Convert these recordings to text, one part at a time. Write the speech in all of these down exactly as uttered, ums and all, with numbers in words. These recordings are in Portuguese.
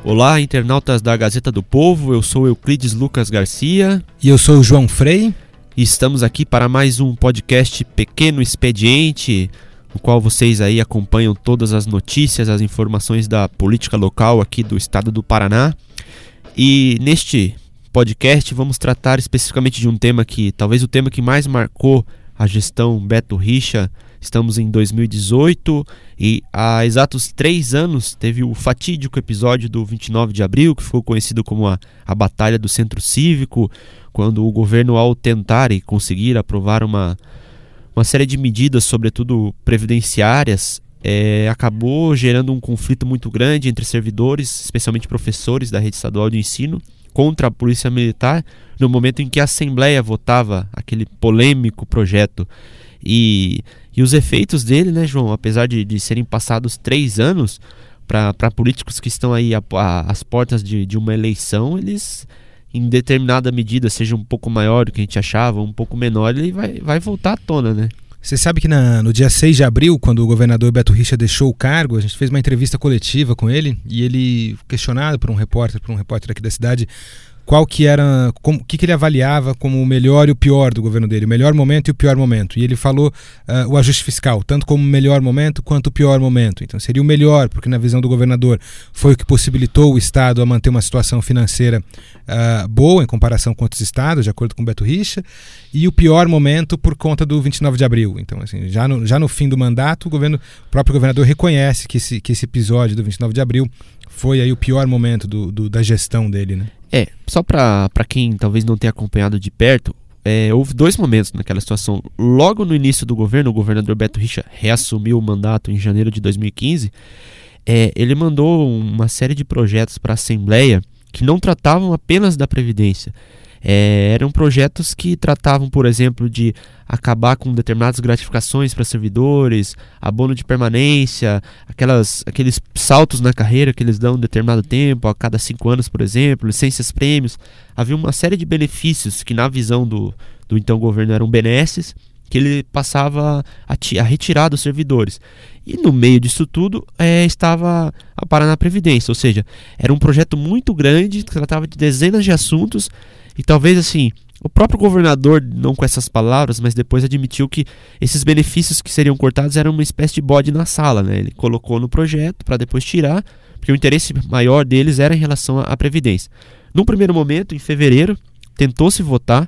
Olá, internautas da Gazeta do Povo, eu sou Euclides Lucas Garcia. E eu sou o João Frei. E estamos aqui para mais um podcast Pequeno Expediente, no qual vocês aí acompanham todas as notícias, as informações da política local aqui do estado do Paraná. E neste podcast vamos tratar especificamente de um tema que, talvez o tema que mais marcou a gestão Beto Richa. Estamos em dois mil e dezoito e há exatos três anos teve o fatídico episódio do vinte e nove de abril, que ficou conhecido como a, a Batalha do Centro Cívico, quando o governo, ao tentar e conseguir aprovar uma, uma série de medidas, sobretudo previdenciárias, é, acabou gerando um conflito muito grande entre servidores, especialmente professores da rede estadual de ensino, contra a Polícia Militar, no momento em que a Assembleia votava aquele polêmico projeto. E, e os efeitos dele, né, João, apesar de, de serem passados três anos, para políticos que estão aí a, a, às portas de, de uma eleição, eles, em determinada medida, seja um pouco maior do que a gente achava, um pouco menor, ele vai, vai voltar à tona, né? Você sabe que na, no dia seis de abril, quando o governador Beto Richa deixou o cargo, a gente fez uma entrevista coletiva com ele, e ele, questionado por um repórter, por um repórter aqui da cidade, qual que era, o que, que ele avaliava como o melhor e o pior do governo dele, o melhor momento e o pior momento. E ele falou uh, o ajuste fiscal, tanto como o melhor momento quanto o pior momento. Então seria o melhor, porque na visão do governador foi o que possibilitou o Estado a manter uma situação financeira uh, boa em comparação com outros estados, de acordo com o Beto Richa, e o pior momento por conta do vinte e nove de abril. Então, assim, já no, já no fim do mandato, o, governo, o próprio governador reconhece que esse, que esse episódio do vinte e nove de abril foi aí o pior momento do, do, da gestão dele, né? É, só para quem talvez não tenha acompanhado de perto, é, houve dois momentos naquela situação. Logo no início do governo, o governador Beto Richa reassumiu o mandato em janeiro de dois mil e quinze. É, ele mandou uma série de projetos para a Assembleia que não tratavam apenas da Previdência. É, eram projetos que tratavam, por exemplo, de acabar com determinadas gratificações para servidores, abono de permanência, aquelas, aqueles saltos na carreira que eles dão em determinado tempo, a cada cinco anos, por exemplo, licenças prêmios. Havia uma série de benefícios que, na visão do, do então governo, eram benesses, que ele passava a, a retirar dos servidores. E no meio disso tudo é, estava a Paraná Previdência, ou seja, era um projeto muito grande, que tratava de dezenas de assuntos. E talvez assim, o próprio governador, não com essas palavras, mas depois admitiu que esses benefícios que seriam cortados eram uma espécie de bode na sala, né? Ele colocou no projeto para depois tirar, porque o interesse maior deles era em relação à Previdência. Num primeiro momento, em fevereiro, tentou-se votar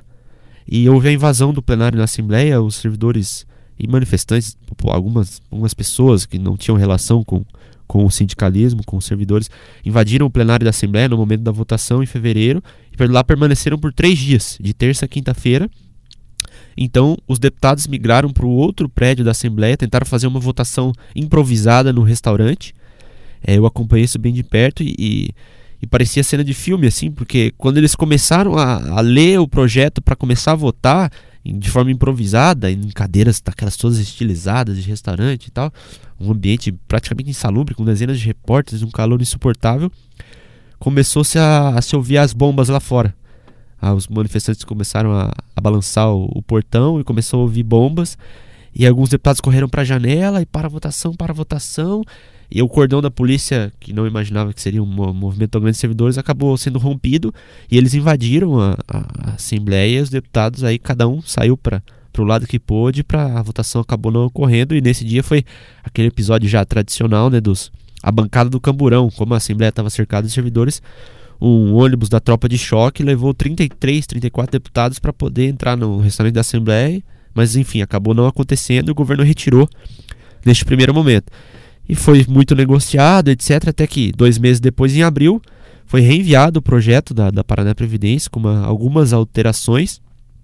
e houve a invasão do plenário na Assembleia. Os servidores e manifestantes, algumas, algumas pessoas que não tinham relação com, com o sindicalismo, com os servidores, invadiram o plenário da Assembleia no momento da votação em fevereiro e por lá permaneceram por três dias, de terça a quinta-feira. Então os deputados migraram para o outro prédio da Assembleia, tentaram fazer uma votação improvisada no restaurante. É, eu acompanhei isso bem de perto e, e, e parecia cena de filme, assim, porque quando eles começaram a, a ler o projeto para começar a votar de forma improvisada, em cadeiras daquelas todas estilizadas de restaurante e tal, um ambiente praticamente insalubre, com dezenas de repórteres, um calor insuportável, começou-se a, a se ouvir as bombas lá fora. Ah, os manifestantes começaram a, a balançar o, o portão e começou a ouvir bombas, e alguns deputados correram para a janela e para a votação, para a votação, e o cordão da polícia, que não imaginava que seria um movimento tão grande de servidores, acabou sendo rompido e eles invadiram a, a, a Assembleia e os deputados, aí cada um saiu para o lado que pôde, pra, a votação acabou não ocorrendo. E nesse dia foi aquele episódio já tradicional, né, dos, a bancada do Camburão. Como a Assembleia estava cercada de servidores, um ônibus da tropa de choque levou trinta e três, trinta e quatro deputados para poder entrar no restaurante da Assembleia, mas enfim, acabou não acontecendo e o governo retirou neste primeiro momento. E foi muito negociado, etcétera, até que dois meses depois, em abril, foi reenviado o projeto da, da Paraná Previdência com uma, algumas alterações,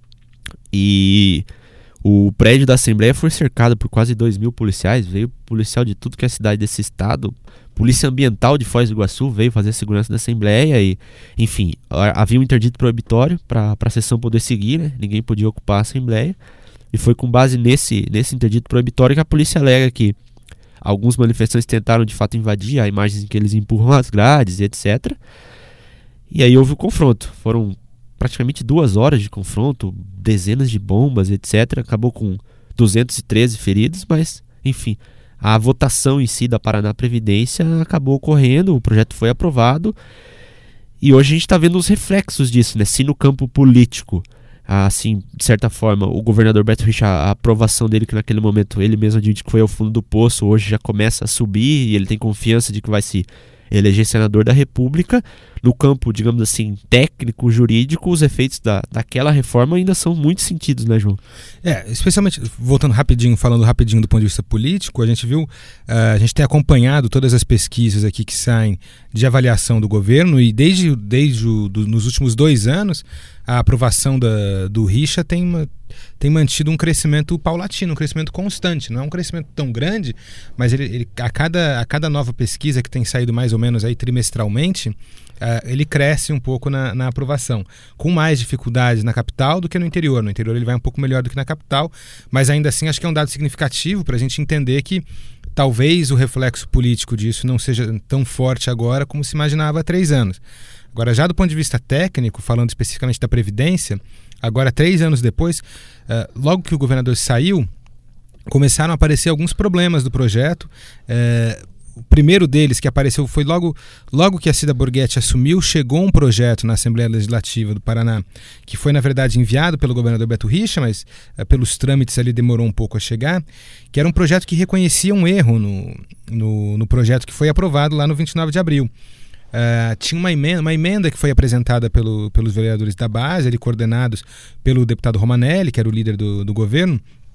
e o prédio da Assembleia foi cercado por quase dois mil policiais. Veio policial de tudo que é cidade desse estado, Polícia Ambiental de Foz do Iguaçu veio fazer a segurança da Assembleia e, enfim, havia um interdito proibitório para a sessão poder seguir, né? Ninguém podia ocupar a Assembleia, e foi com base nesse, nesse interdito proibitório que a polícia alega que alguns manifestantes tentaram de fato invadir, há imagens em que eles empurram as grades e etcétera. E aí houve o confronto. Foram praticamente duas horas de confronto, dezenas de bombas, etcétera. Acabou com duzentos e treze feridos, mas, enfim, a votação em si da Paraná Previdência acabou ocorrendo, o projeto foi aprovado, e hoje a gente está vendo os reflexos disso, né? Se no campo político, assim, de certa forma, o governador Beto Richa, a aprovação dele, que naquele momento ele mesmo admite que foi ao fundo do poço, hoje já começa a subir e ele tem confiança de que vai se eleger senador da República. No campo, digamos assim, técnico, jurídico, os efeitos da, daquela reforma ainda são muito sentidos, né, João? É, especialmente, voltando rapidinho, falando rapidinho do ponto de vista político, a gente viu, uh, a gente tem acompanhado todas as pesquisas aqui que saem de avaliação do governo, e desde, desde o, do, nos últimos dois anos, a aprovação da, do Richa tem, uma, tem mantido um crescimento paulatino, um crescimento constante. Não é um crescimento tão grande, mas ele, ele, a, cada, a cada nova pesquisa que tem saído mais ou menos aí trimestralmente, Uh, ele cresce um pouco na, na aprovação, com mais dificuldades na capital do que no interior. No interior ele vai um pouco melhor do que na capital, mas ainda assim acho que é um dado significativo para a gente entender que talvez o reflexo político disso não seja tão forte agora como se imaginava há três anos. Agora, já do ponto de vista técnico, falando especificamente da Previdência, agora três anos depois, uh, logo que o governador saiu, começaram a aparecer alguns problemas do projeto. Uh, O primeiro deles que apareceu foi logo, logo que a Cida Borghetti assumiu, chegou um projeto na Assembleia Legislativa do Paraná, que foi na verdade enviado pelo governador Beto Richa, mas uh, pelos trâmites ali demorou um pouco a chegar, que era um projeto que reconhecia um erro no, no, no projeto que foi aprovado lá no vinte e nove de abril. Uh, tinha uma emenda, uma emenda que foi apresentada pelo, pelos vereadores da base, ali coordenados pelo deputado Romanelli, que era o líder do, do governo.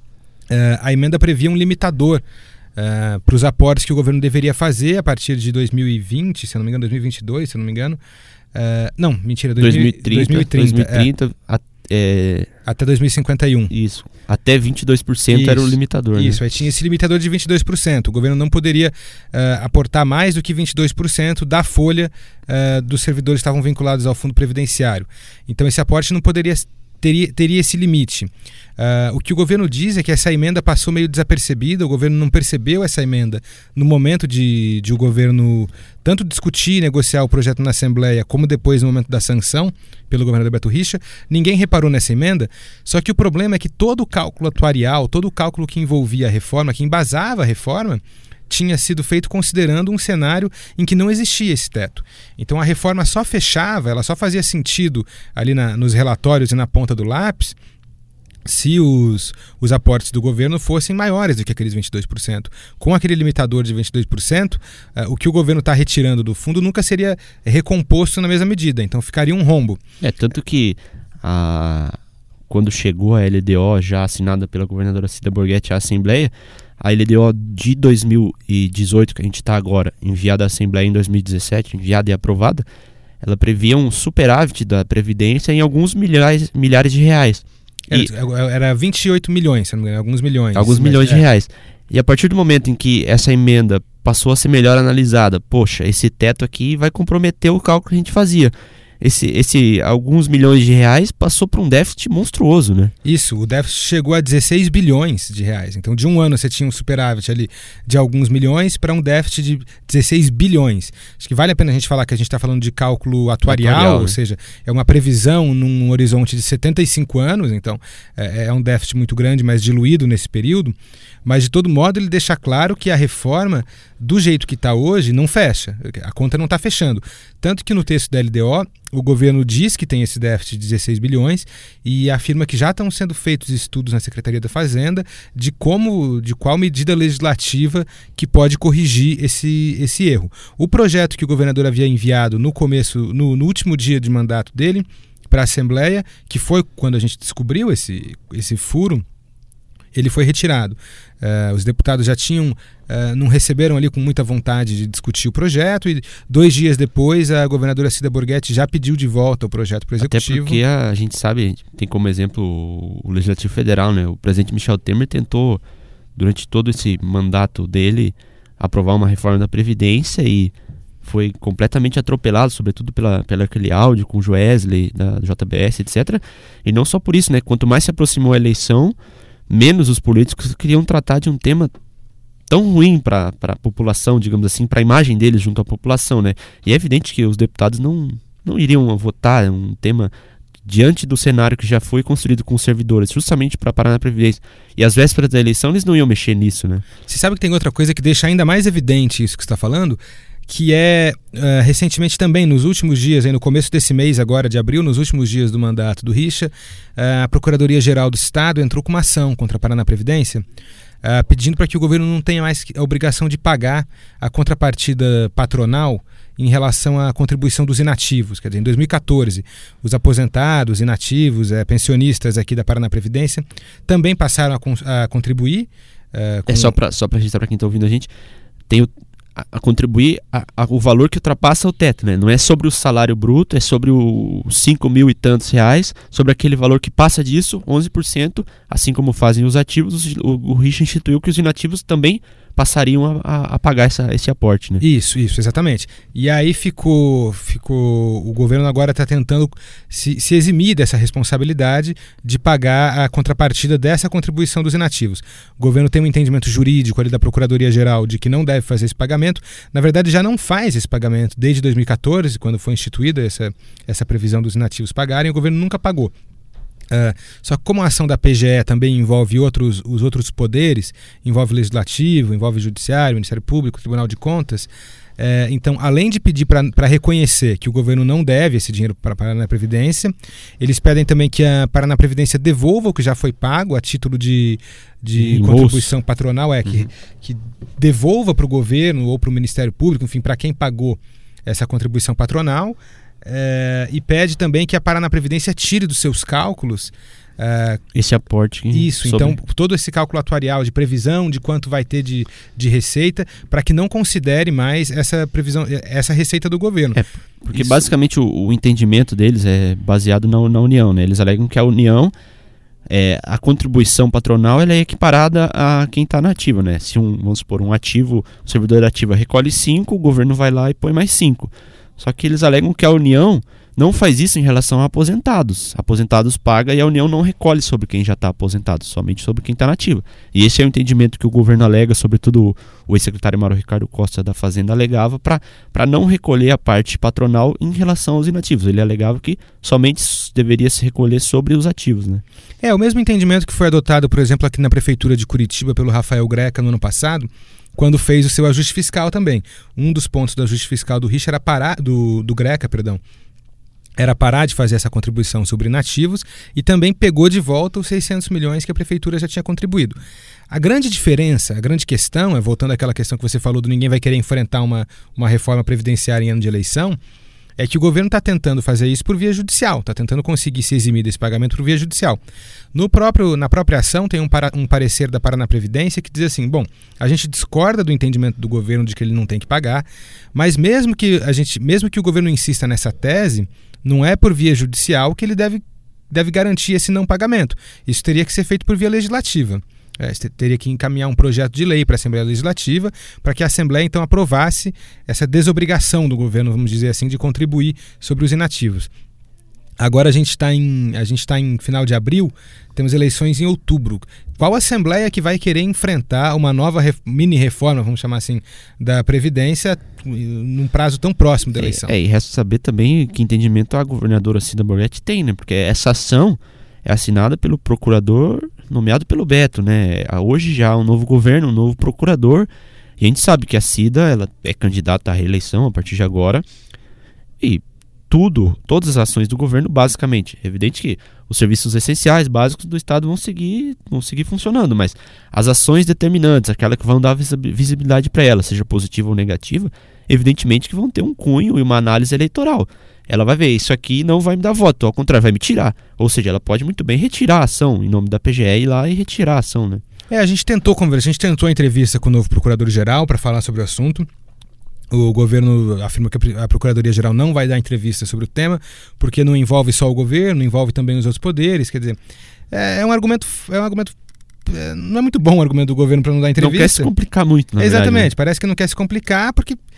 Uh, a emenda previa um limitador Uh, para os aportes que o governo deveria fazer a partir de dois mil e vinte, se eu não me engano, dois mil e vinte e dois, se eu não me engano. Uh, não, mentira, dois mil e trinta. dois mil e trinta, dois mil e trinta é. a, é... Até dois mil e cinquenta e um. Isso. Até vinte e dois por cento isso, era o limitador. Isso, né? Aí tinha esse limitador de vinte e dois por cento. O governo não poderia uh, aportar mais do que vinte e dois por cento da folha uh, dos servidores que estavam vinculados ao Fundo Previdenciário. Então esse aporte não poderia Teria, teria esse limite. Uh, o que o governo diz é que essa emenda passou meio desapercebida, o governo não percebeu essa emenda no momento de, de o governo tanto discutir e negociar o projeto na Assembleia, como depois no momento da sanção pelo governador Beto Richa. Ninguém reparou nessa emenda, só que o problema é que todo o cálculo atuarial, todo o cálculo que envolvia a reforma, que embasava a reforma, tinha sido feito considerando um cenário em que não existia esse teto. Então a reforma só fechava, ela só fazia sentido ali na, nos relatórios e na ponta do lápis se os, os aportes do governo fossem maiores do que aqueles vinte e dois por cento. Com aquele limitador de vinte e dois por cento, uh, o que o governo está retirando do fundo nunca seria recomposto na mesma medida, então ficaria um rombo. É, tanto que a... quando chegou a L D O já assinada pela governadora Cida Borghetti à Assembleia, a L D O de dois mil e dezoito, que a gente está agora, enviada à Assembleia em dois mil e dezessete, enviada e aprovada, ela previa um superávit da Previdência em alguns milhares, milhares de reais. E era, era vinte e oito milhões, se não me engano, alguns milhões. Alguns milhões é. de reais. E a partir do momento em que essa emenda passou a ser melhor analisada, poxa, esse teto aqui vai comprometer o cálculo que a gente fazia. Esse, esse alguns milhões de reais passou para um déficit monstruoso, né? Isso, o déficit chegou a dezesseis bilhões de reais. Então, de um ano você tinha um superávit ali de alguns milhões para um déficit de dezesseis bilhões. Acho que vale a pena a gente falar que a gente está falando de cálculo atuarial, atuarial, ou né? seja, é uma previsão num horizonte de setenta e cinco anos, então é, é um déficit muito grande, mas diluído nesse período. Mas, de todo modo, ele deixa claro que a reforma, do jeito que está hoje, não fecha. A conta não está fechando. Tanto que no texto da L D O, o governo diz que tem esse déficit de dezesseis bilhões e afirma que já estão sendo feitos estudos na Secretaria da Fazenda de como, de qual medida legislativa que pode corrigir esse, esse erro. O projeto que o governador havia enviado no começo, no, no último dia de mandato dele, para a Assembleia, que foi quando a gente descobriu esse, esse furo, ele foi retirado. Uh, os deputados já tinham, uh, não receberam ali com muita vontade de discutir o projeto e dois dias depois a governadora Cida Borghetti já pediu de volta o projeto para o Executivo. Até porque a, a gente sabe, tem como exemplo o Legislativo Federal, né? O presidente Michel Temer tentou, durante todo esse mandato dele, aprovar uma reforma da Previdência e foi completamente atropelado, sobretudo pela, pela aquele áudio com o Joesley, da J B S, etcétera. E não só por isso, né? Quanto mais se aproximou a eleição, menos os políticos queriam tratar de um tema tão ruim para a população, digamos assim, para a imagem deles junto à população, né? E é evidente que os deputados não, não iriam votar um tema diante do cenário que já foi construído com os servidores, justamente para parar na Previdência, e às vésperas da eleição eles não iam mexer nisso, né? Você sabe que tem outra coisa que deixa ainda mais evidente isso que você está falando, que é, uh, recentemente também, nos últimos dias, aí no começo desse mês agora, de abril, nos últimos dias do mandato do Richa, uh, a Procuradoria-Geral do Estado entrou com uma ação contra a Paraná Previdência, uh, pedindo para que o governo não tenha mais a obrigação de pagar a contrapartida patronal em relação à contribuição dos inativos. Quer dizer, em dois mil e quatorze, os aposentados, inativos, é, pensionistas aqui da Paraná Previdência também passaram a, con a contribuir. Uh, com... É só para só para registrar para quem está ouvindo a gente, tem o, a, a contribuir a, a, o valor que ultrapassa o teto, né? Não é sobre o salário bruto, é sobre os cinco mil e tantos reais, sobre aquele valor que passa disso, onze por cento, assim como fazem os ativos, o, o Richa instituiu que os inativos também passariam a, a, a pagar essa, esse aporte, né? Isso, isso, exatamente. E aí ficou, ficou o governo agora está tentando se, se eximir dessa responsabilidade de pagar a contrapartida dessa contribuição dos inativos. O governo tem um entendimento jurídico ali da Procuradoria-Geral de que não deve fazer esse pagamento. Na verdade, já não faz esse pagamento desde dois mil e quatorze, quando foi instituída essa, essa previsão dos inativos pagarem, o governo nunca pagou. Uh, só que como a ação da P G E também envolve outros, os outros poderes, envolve o Legislativo, envolve o Judiciário, o Ministério Público, o Tribunal de Contas, uh, então, além de pedir para reconhecer que o governo não deve esse dinheiro para a Paraná Previdência, eles pedem também que a Paraná Previdência devolva o que já foi pago a título de, de contribuição patronal, é, que, uhum. que devolva para o governo ou para o Ministério Público, enfim, para quem pagou essa contribuição patronal. É, e pede também que a Paraná Previdência tire dos seus cálculos é, esse aporte. Isso, sobre... então todo esse cálculo atuarial de previsão de quanto vai ter de, de receita, para que não considere mais essa previsão, essa receita do governo. É, porque isso... basicamente o, o entendimento deles é baseado na, na União, né? Eles alegam que a União, é, a contribuição patronal, ela é equiparada a quem está na ativa, né? Se um, vamos supor, um ativo, um servidor ativo recolhe cinco, o governo vai lá e põe mais cinco. Só que eles alegam que a União não faz isso em relação a aposentados. Aposentados paga e a União não recolhe sobre quem já está aposentado, somente sobre quem está na ativa. E esse é o entendimento que o governo alega, sobretudo o ex-secretário Mauro Ricardo Costa da Fazenda alegava, para não recolher a parte patronal em relação aos inativos. Ele alegava que somente deveria se recolher sobre os ativos, né? É, o mesmo entendimento que foi adotado, por exemplo, aqui na Prefeitura de Curitiba pelo Rafael Greca no ano passado, quando fez o seu ajuste fiscal também. Um dos pontos do ajuste fiscal do Richa era parar, do, do Greca, perdão, era parar de fazer essa contribuição sobre inativos e também pegou de volta os seiscentos milhões que a prefeitura já tinha contribuído. A grande diferença, a grande questão, é voltando àquela questão que você falou do ninguém vai querer enfrentar uma, uma reforma previdenciária em ano de eleição, é que o governo está tentando fazer isso por via judicial, está tentando conseguir se eximir desse pagamento por via judicial. No próprio, na própria ação tem um, para, um parecer da Paraná Previdência que diz assim, bom, a gente discorda do entendimento do governo de que ele não tem que pagar, mas mesmo que, a gente, mesmo que o governo insista nessa tese, não é por via judicial que ele deve, deve garantir esse não pagamento. Isso teria que ser feito por via legislativa. É, teria que encaminhar um projeto de lei para a Assembleia Legislativa para que a Assembleia então aprovasse essa desobrigação do governo, vamos dizer assim, de contribuir sobre os inativos. Agora a gente está em, a gente está em final de abril, temos eleições em outubro. Qual Assembleia que vai querer enfrentar uma nova ref, mini-reforma, vamos chamar assim, da Previdência num prazo tão próximo da eleição? É, é, e resta saber também que entendimento a governadora Cida Borghetti tem, né? Porque essa ação é assinada pelo procurador nomeado pelo Beto, né? Hoje já há um novo governo, um novo procurador, e a gente sabe que a Cida ela é candidata à reeleição a partir de agora, e tudo, todas as ações do governo, basicamente, é evidente que os serviços essenciais, básicos do Estado vão seguir, vão seguir funcionando, mas as ações determinantes, aquelas que vão dar visibilidade para ela, seja positiva ou negativa, evidentemente que vão ter um cunho e uma análise eleitoral. Ela vai ver, isso aqui não vai me dar voto, ao contrário, vai me tirar. Ou seja, ela pode muito bem retirar a ação em nome da P G E, ir lá e retirar a ação, né? É, a gente tentou conversar, a gente tentou a entrevista com o novo Procurador-Geral para falar sobre o assunto. O governo afirma que a Procuradoria-Geral não vai dar entrevista sobre o tema, porque não envolve só o governo, envolve também os outros poderes. Quer dizer, é um argumento, é um argumento é, não é muito bom o argumento do governo para não dar entrevista. Não quer se complicar muito, na Exatamente, verdade, né? Parece que não quer se complicar porque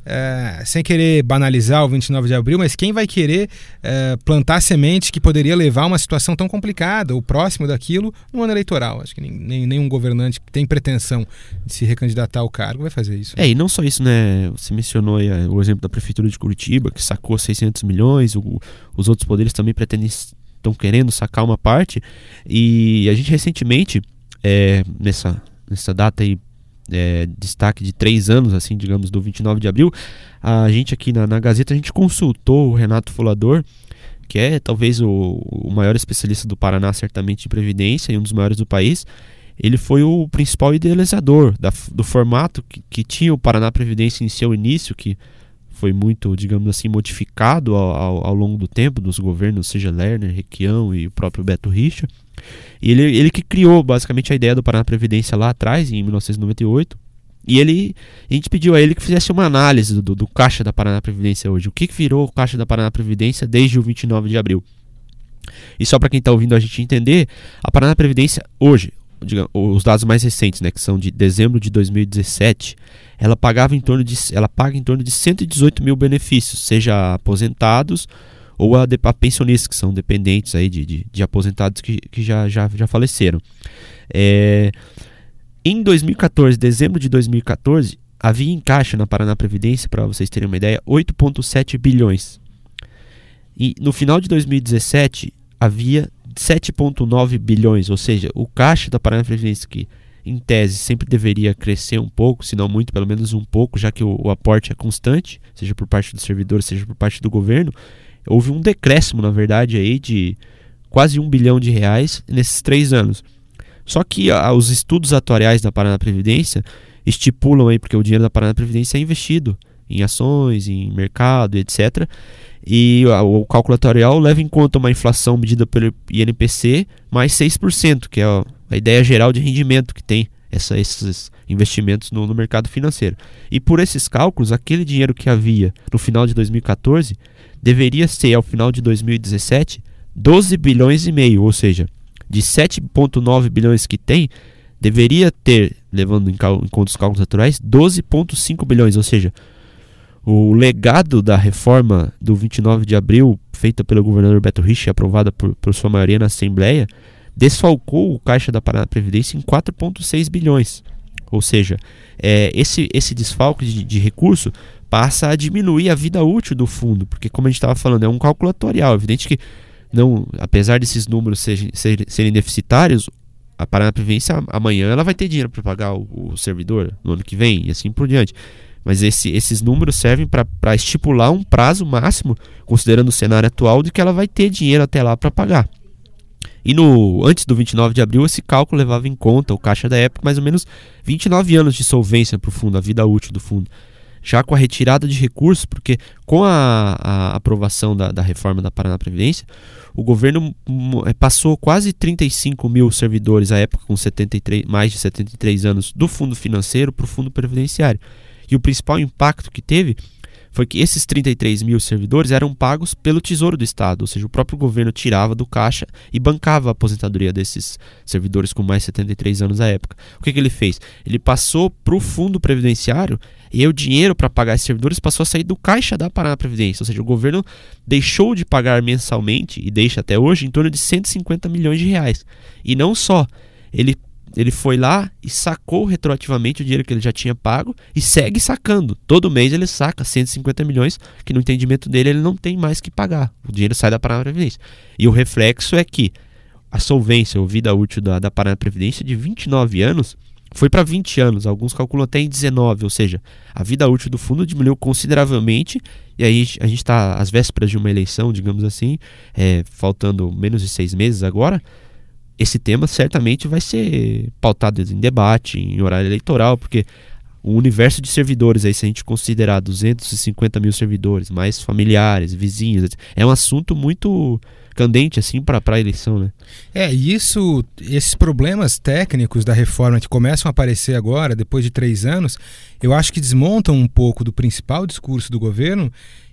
é, sem querer banalizar o vinte e nove de abril, mas quem vai querer é, plantar semente que poderia levar a uma situação tão complicada, ou próximo daquilo, no ano eleitoral? Acho que nem, nenhum governante que tem pretensão de se recandidatar ao cargo vai fazer isso. É, e não só isso, né? Você mencionou aí o exemplo da Prefeitura de Curitiba, que sacou seiscentos milhões, o, os outros poderes também pretendem, estão querendo sacar uma parte, e a gente recentemente, é, nessa, nessa data aí, É, destaque de três anos, assim, digamos, do vinte e nove de abril, a gente aqui na, na Gazeta, a gente consultou o Renato Folador, que é talvez o, o maior especialista do Paraná, certamente, de Previdência, e um dos maiores do país. Ele foi o principal idealizador da, do formato que, que tinha o Paraná Previdência em seu início, que foi muito, digamos assim, modificado ao, ao, ao longo do tempo, dos governos, seja Lerner, Requião e o próprio Beto Richa. E ele, ele que criou basicamente a ideia do Paraná Previdência lá atrás, em mil novecentos e noventa e oito. E ele, a gente pediu a ele que fizesse uma análise do, do caixa da Paraná Previdência hoje. O que, que virou o caixa da Paraná Previdência desde o vinte e nove de abril. E só para quem está ouvindo a gente entender, a Paraná Previdência hoje, digamos, os dados mais recentes, né, que são de dezembro de dois mil e dezessete, ela, pagava em torno de, ela paga em torno de cento e dezoito mil benefícios, seja aposentados ou a, de, a pensionistas, que são dependentes aí de, de, de aposentados que, que já, já, já faleceram. É, em dois mil e quatorze, dezembro de dois mil e quatorze, havia em caixa na Paraná Previdência, para vocês terem uma ideia, oito vírgula sete bilhões. E no final de dois mil e dezessete, havia sete vírgula nove bilhões, ou seja, o caixa da Paraná Previdência, que em tese sempre deveria crescer um pouco, se não muito, pelo menos um pouco, já que o, o aporte é constante, seja por parte dos servidores, seja por parte do governo. Houve um decréscimo, na verdade, aí de quase um bilhão de reais nesses três anos. Só que a, os estudos atuariais da Paraná Previdência estipulam aí, porque o dinheiro da Paraná Previdência é investido em ações, em mercado, etcétera. E a, o cálculo atuarial leva em conta uma inflação medida pelo I N P C mais seis por cento, que é a, a ideia geral de rendimento que tem essa, esses investimentos no, no mercado financeiro. E por esses cálculos, aquele dinheiro que havia no final de dois mil e quatorze deveria ser, ao final de dois mil e dezessete, doze bilhões e meio, ou seja, de sete vírgula nove bilhões que tem, deveria ter, levando em, cal- em conta os cálculos atuais, doze vírgula cinco bilhões, ou seja, o legado da reforma do vinte e nove de abril, feita pelo governador Beto Richa e aprovada por, por sua maioria na Assembleia, desfalcou o caixa da Paraná Previdência em quatro vírgula seis bilhões. Ou seja, é, esse, esse desfalque de, de recurso passa a diminuir a vida útil do fundo, porque, como a gente estava falando, é um cálculo atuarial. É evidente que, não, apesar desses números serem, serem deficitários, a Paraná Previdência amanhã ela vai ter dinheiro para pagar o, o servidor no ano que vem e assim por diante. Mas esse, esses números servem para estipular um prazo máximo, considerando o cenário atual, de que ela vai ter dinheiro até lá para pagar. E no, antes do vinte e nove de abril, esse cálculo levava em conta o caixa da época, mais ou menos vinte e nove anos de solvência para o fundo, a vida útil do fundo. Já com a retirada de recursos, porque com a, a aprovação da, da reforma da Paraná Previdência, o governo passou quase trinta e cinco mil servidores à época, com setenta e três, mais de setenta e três anos, do fundo financeiro para o fundo previdenciário. E o principal impacto que teve foi que esses trinta e três mil servidores eram pagos pelo Tesouro do Estado, ou seja, o próprio governo tirava do caixa e bancava a aposentadoria desses servidores com mais de setenta e três anos à época. O que, que ele fez? Ele passou para o fundo previdenciário e o dinheiro para pagar esses servidores passou a sair do caixa da Paraná Previdência, ou seja, o governo deixou de pagar mensalmente, e deixa até hoje, em torno de cento e cinquenta milhões de reais. E não só, ele Ele foi lá e sacou retroativamente o dinheiro que ele já tinha pago e segue sacando. Todo mês ele saca cento e cinquenta milhões, que no entendimento dele ele não tem mais que pagar. O dinheiro sai da Paraná Previdência. E o reflexo é que a solvência, ou vida útil da, da Paraná Previdência, de vinte e nove anos, foi para vinte anos. Alguns calculam até em dezenove, ou seja, a vida útil do fundo diminuiu consideravelmente. E aí a gente está às vésperas de uma eleição, digamos assim, é, faltando menos de seis meses agora. Esse tema certamente vai ser pautado em debate, em horário eleitoral, porque o universo de servidores, aí, se a gente considerar duzentos e cinquenta mil servidores, mais familiares, vizinhos, é um assunto muito candente assim para a eleição, né? É, e isso, esses problemas técnicos da reforma que começam a aparecer agora, depois de três anos, eu acho que desmontam um pouco do principal discurso do governo,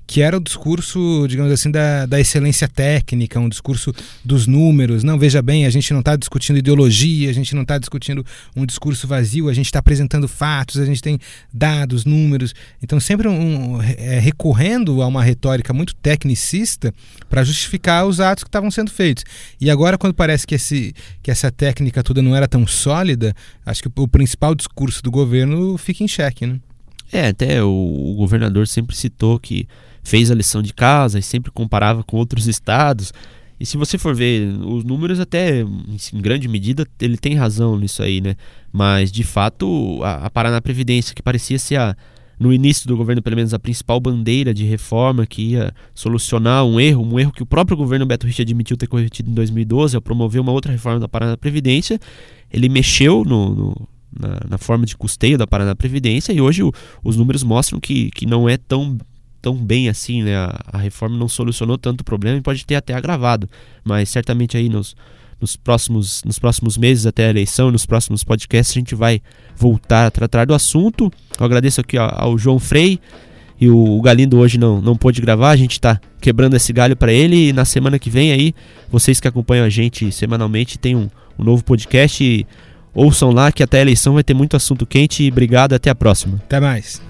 que era o discurso, digamos assim, da, da excelência técnica, um discurso dos números. Não, veja bem, a gente não está discutindo ideologia, a gente não está discutindo um discurso vazio, a gente está apresentando fatos, a gente tem dados, números. Então, sempre um, é, recorrendo a uma retórica muito tecnicista para justificar os atos que estavam sendo feitos. E agora, quando parece que, esse, que essa técnica toda não era tão sólida, acho que o, o principal discurso do governo fica em xeque, né? É, até o, o governador sempre citou que fez a lição de casa e sempre comparava com outros estados. E se você for ver os números, até em grande medida ele tem razão nisso aí, né? Mas de fato a, a Paraná Previdência, que parecia ser a, no início do governo pelo menos a principal bandeira de reforma que ia solucionar um erro, um erro que o próprio governo Beto Richa admitiu ter cometido em dois mil e doze ao promover uma outra reforma da Paraná Previdência, ele mexeu no, no, na, na forma de custeio da Paraná Previdência e hoje o, os números mostram que, que não é tão tão bem assim, né? A, a reforma não solucionou tanto o problema e pode ter até agravado, mas certamente aí nos, nos, próximos, nos próximos meses até a eleição, nos próximos podcasts a gente vai voltar a tratar do assunto. Eu agradeço aqui ao, ao João Frei, e o, o Galindo hoje não, não pôde gravar, a gente está quebrando esse galho para ele, e na semana que vem aí, vocês que acompanham a gente semanalmente tem um, um novo podcast, e ouçam lá que até a eleição vai ter muito assunto quente, e obrigado, até a próxima. Até mais.